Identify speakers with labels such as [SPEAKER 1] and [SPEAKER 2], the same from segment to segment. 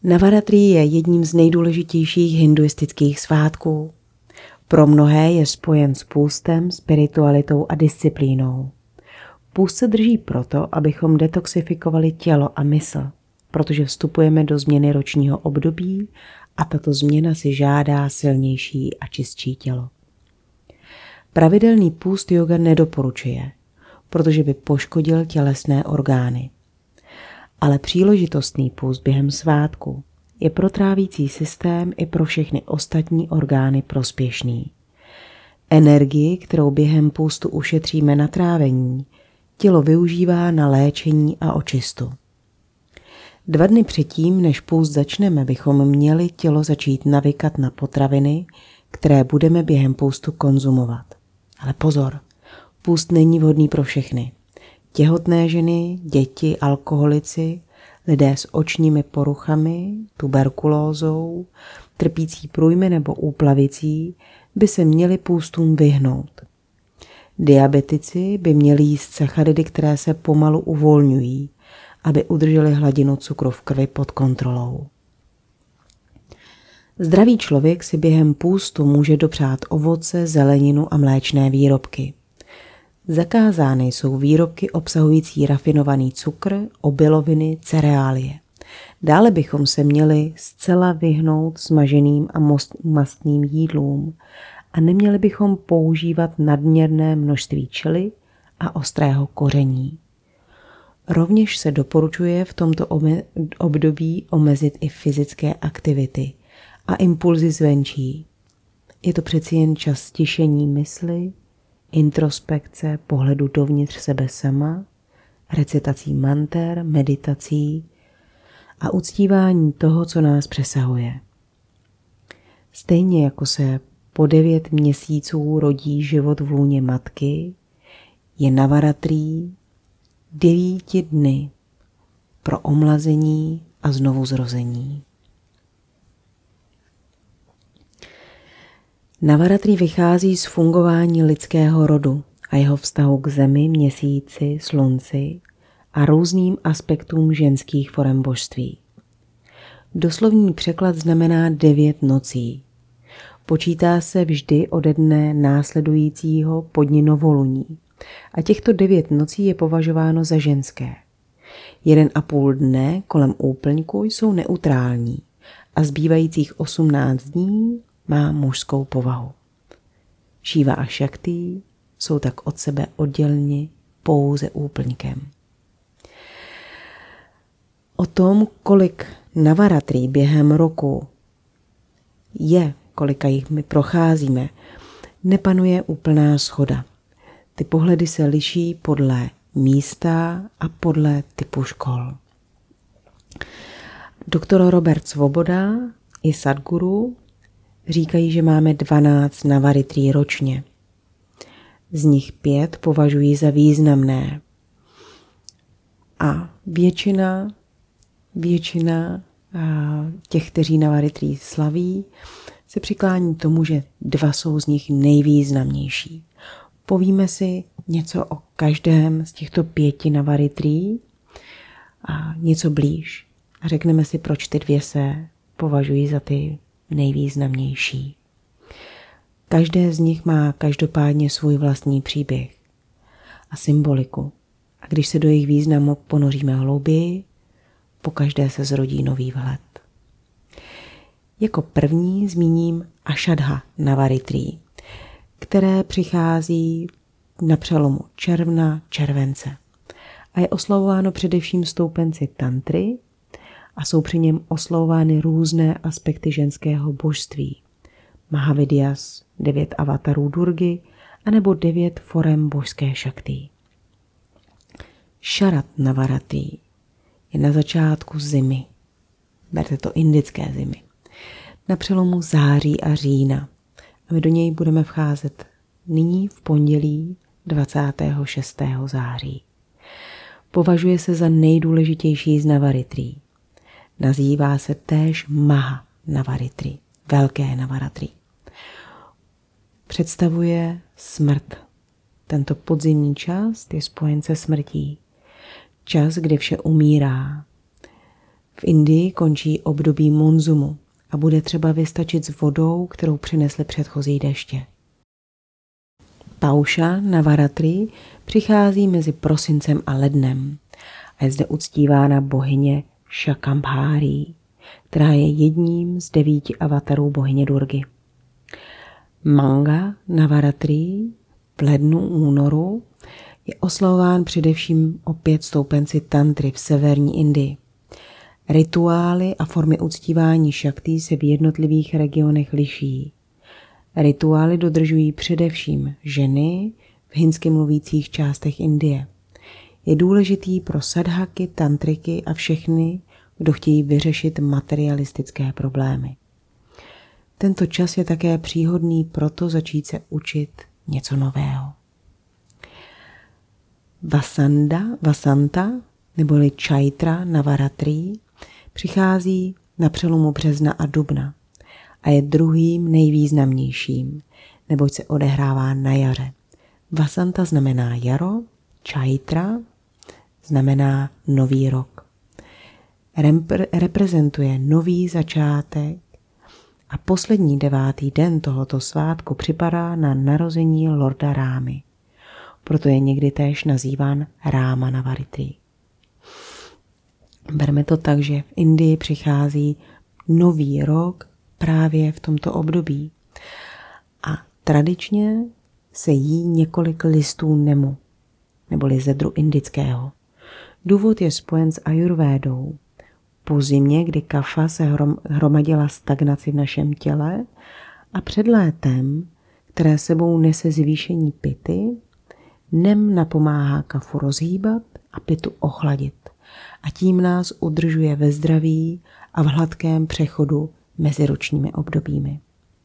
[SPEAKER 1] Navaratri je jedním z nejdůležitějších hinduistických svátků. Pro mnohé je spojen s půstem, spiritualitou a disciplínou. Půst se drží proto, abychom detoxifikovali tělo a mysl, protože vstupujeme do změny ročního období a tato změna si žádá silnější a čistší tělo. Pravidelný půst yoga nedoporučuje, protože by poškodil tělesné orgány. Ale příležitostný půst během svátku je pro trávící systém i pro všechny ostatní orgány prospěšný. Energii, kterou během půstu ušetříme na trávení, tělo využívá na léčení a očistu. 2 dny předtím, než půst začneme, bychom měli tělo začít navykat na potraviny, které budeme během půstu konzumovat. Ale pozor, půst není vhodný pro všechny. Těhotné ženy, děti, alkoholici, lidé s očními poruchami, tuberkulózou, trpící průjmy nebo úplavicí by se měli půstům vyhnout. Diabetici by měli jíst sacharidy, které se pomalu uvolňují, aby udrželi hladinu cukru v krvi pod kontrolou. Zdravý člověk si během půstu může dopřát ovoce, zeleninu a mléčné výrobky. Zakázány jsou výrobky obsahující rafinovaný cukr, obiloviny, cereálie. Dále bychom se měli zcela vyhnout smaženým a mastným jídlům a neměli bychom používat nadměrné množství chili a ostrého koření. Rovněž se doporučuje v tomto období omezit i fyzické aktivity a impulzy zvenčí. Je to přeci jen čas stišení mysli, introspekce, pohledu dovnitř sebe sama, recitací manter, meditací a uctívání toho, co nás přesahuje. Stejně jako se po 9 měsíců rodí život v lůně matky, je Navaratri 9 dny pro omlazení a znovuzrození. Navaratri vychází z fungování lidského rodu a jeho vztahu k zemi, měsíci, slunci a různým aspektům ženských forem božství. Doslovný překlad znamená 9 nocí. Počítá se vždy ode dne následujícího po dni novoluní a těchto 9 nocí je považováno za ženské. 1,5 dne kolem úplňku jsou neutrální a zbývajících 18 dní má mužskou povahu. Šiva a Šakti jsou tak od sebe odděleni pouze úplňkem. O tom, kolik Navaratri během roku je, kolika jich my procházíme, nepanuje úplná shoda. Ty pohledy se liší podle místa a podle typu škol. Doktor Robert Svoboda i Sadhguru říkají, že máme 12 Navaratri ročně. Z nich 5 považují za významné. A většina těch, kteří Navaratri slaví, se přiklání k tomu, že 2 jsou z nich nejvýznamnější. Povíme si něco o každém z těchto 5 Navaratri a něco blíž. A řekneme si, proč ty 2 se považují za ty nejvýznamnější. Každé z nich má každopádně svůj vlastní příběh a symboliku. A když se do jejich významu ponoříme hlouběji, po každé se zrodí nový vhled. Jako první zmíním Ašadha Navaratri, které přichází na přelomu června, července a je oslavováno především stoupenci tantry a jsou při něm oslavovány různé aspekty ženského božství. Mahavidyas, 9 avatarů Durgy, anebo 9 forem božské Šakti. Šarat Navaratri je na začátku zimy. Berte to indické zimy. Na přelomu září a října. A my do něj budeme vcházet nyní v pondělí 26. září. Považuje se za nejdůležitější z Navaratri. Nazývá se též Maha Navaratri, velké Navaratri. Představuje smrt. Tento podzimní čas je spojen se smrtí. Čas, kdy vše umírá. V Indii končí období monzumu a bude třeba vystačit s vodou, kterou přinesly předchozí deště. Pauša Navaratri přichází mezi prosincem a lednem a je zde uctívána bohyně Shakambhári, která je jedním z 9 avatarů bohyně Durgy. Manga Navaratri v lednu, únoru je oslavován především opět stoupenci tantry v severní Indii. Rituály a formy uctívání šaktí se v jednotlivých regionech liší. Rituály dodržují především ženy v hindsky mluvících částech Indie. Je důležitý pro sadhaky, tantriky a všechny, kdo chtějí vyřešit materialistické problémy. Tento čas je také příhodný proto začít se učit něco nového. Vasanta neboli Chaitra Navaratri přichází na přelomu března a dubna a je druhým nejvýznamnějším, neboť se odehrává na jaře. Vasanta znamená jaro, Chaitra znamená nový rok. Reprezentuje nový začátek a poslední 9. den tohoto svátku připadá na narození Lorda Rámy. Proto je někdy též nazýván Ráma Navaratri. Berme to tak, že v Indii přichází nový rok právě v tomto období. A tradičně se jí několik listů nemu, neboli zedru indického. Důvod je spojen s ajurvédou. Po zimě, kdy kafa se hromadila stagnaci v našem těle a před létem, které sebou nese zvýšení pity, nem napomáhá kafu rozhýbat a pitu ochladit a tím nás udržuje ve zdraví a v hladkém přechodu mezi ročními obdobími.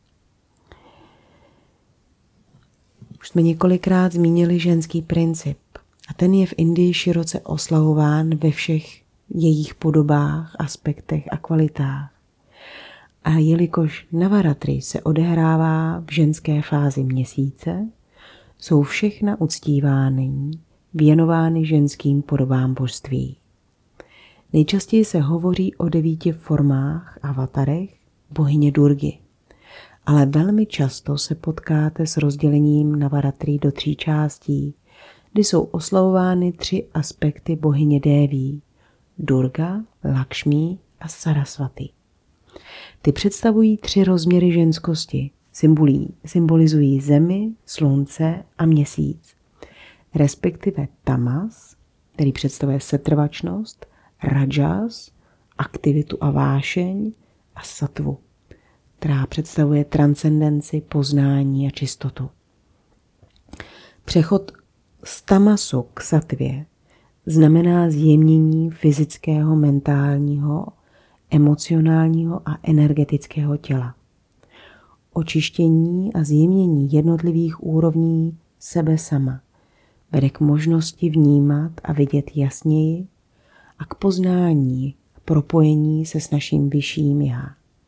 [SPEAKER 1] Už jsme několikrát zmínili ženský princip a ten je v Indii široce oslavován ve všech jejich podobách, aspektech a kvalitách. A jelikož Navaratri se odehrává v ženské fázi měsíce, jsou všechna uctívány, věnovány ženským podobám božství. Nejčastěji se hovoří o 9 formách, avatarech bohyně Durgy, ale velmi často se potkáte s rozdělením Navaratri do 3 částí, kdy jsou oslavovány 3 aspekty bohyně Déví: Durga, Lakšmí a Sarasvati. Ty představují 3 rozměry ženskosti, symbolizují zemi, slunce a měsíc, respektive tamas, který představuje setrvačnost, rajas, aktivitu a vášeň, a sattvu, která představuje transcendenci, poznání a čistotu. Přechod z tamasu k sattvě znamená zjemnění fyzického, mentálního, emocionálního a energetického těla. Očištění a zjemnění jednotlivých úrovní sebe sama vede k možnosti vnímat a vidět jasněji a k poznání a propojení se s naším vyšším já.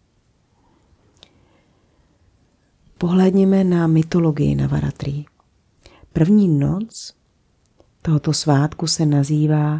[SPEAKER 1] Pohlédněme na mytologii Navaratri. První noc tohoto svátku se nazývá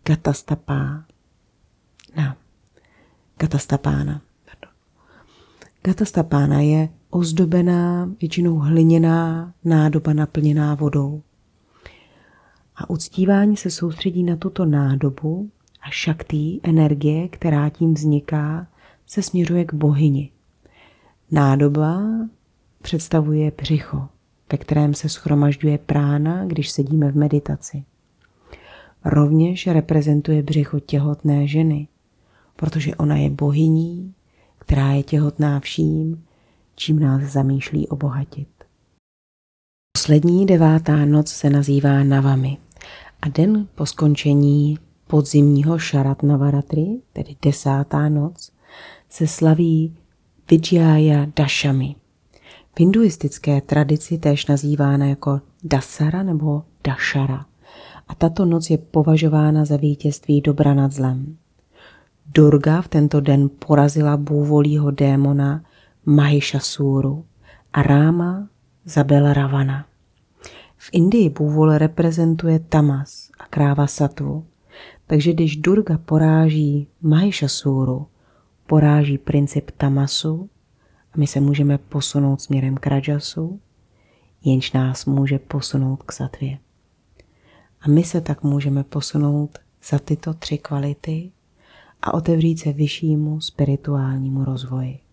[SPEAKER 1] Gatastapána. Gatastapána je ozdobená, většinou hliněná nádoba naplněná vodou. A uctívání se soustředí na tuto nádobu a šaktí, energie, která tím vzniká, se směřuje k bohyni. Nádoba představuje břicho, ve kterém se shromažďuje prána, když sedíme v meditaci. Rovněž reprezentuje břicho těhotné ženy, protože ona je bohyní, která je těhotná vším, čím nás zamýšlí obohatit. Poslední 9. noc se nazývá Navami a den po skončení podzimního Šarat Navaratri, tedy 10. noc, se slaví Vijaya Dashami. V hinduistické tradici též nazývána jako Dasara nebo Dashara a tato noc je považována za vítězství dobra nad zlem. Durga v tento den porazila bůvolího démona Mahishasuru a Ráma zabila Ravana. V Indii bůvol reprezentuje tamas a kráva sattvu, Takže když Durga poráží Mahishasuru, poráží princip tamasu a my se můžeme posunout směrem k rajasu, jenž nás může posunout k sattvě. A my se tak můžeme posunout za tyto 3 kvality a otevřít se vyššímu spirituálnímu rozvoji.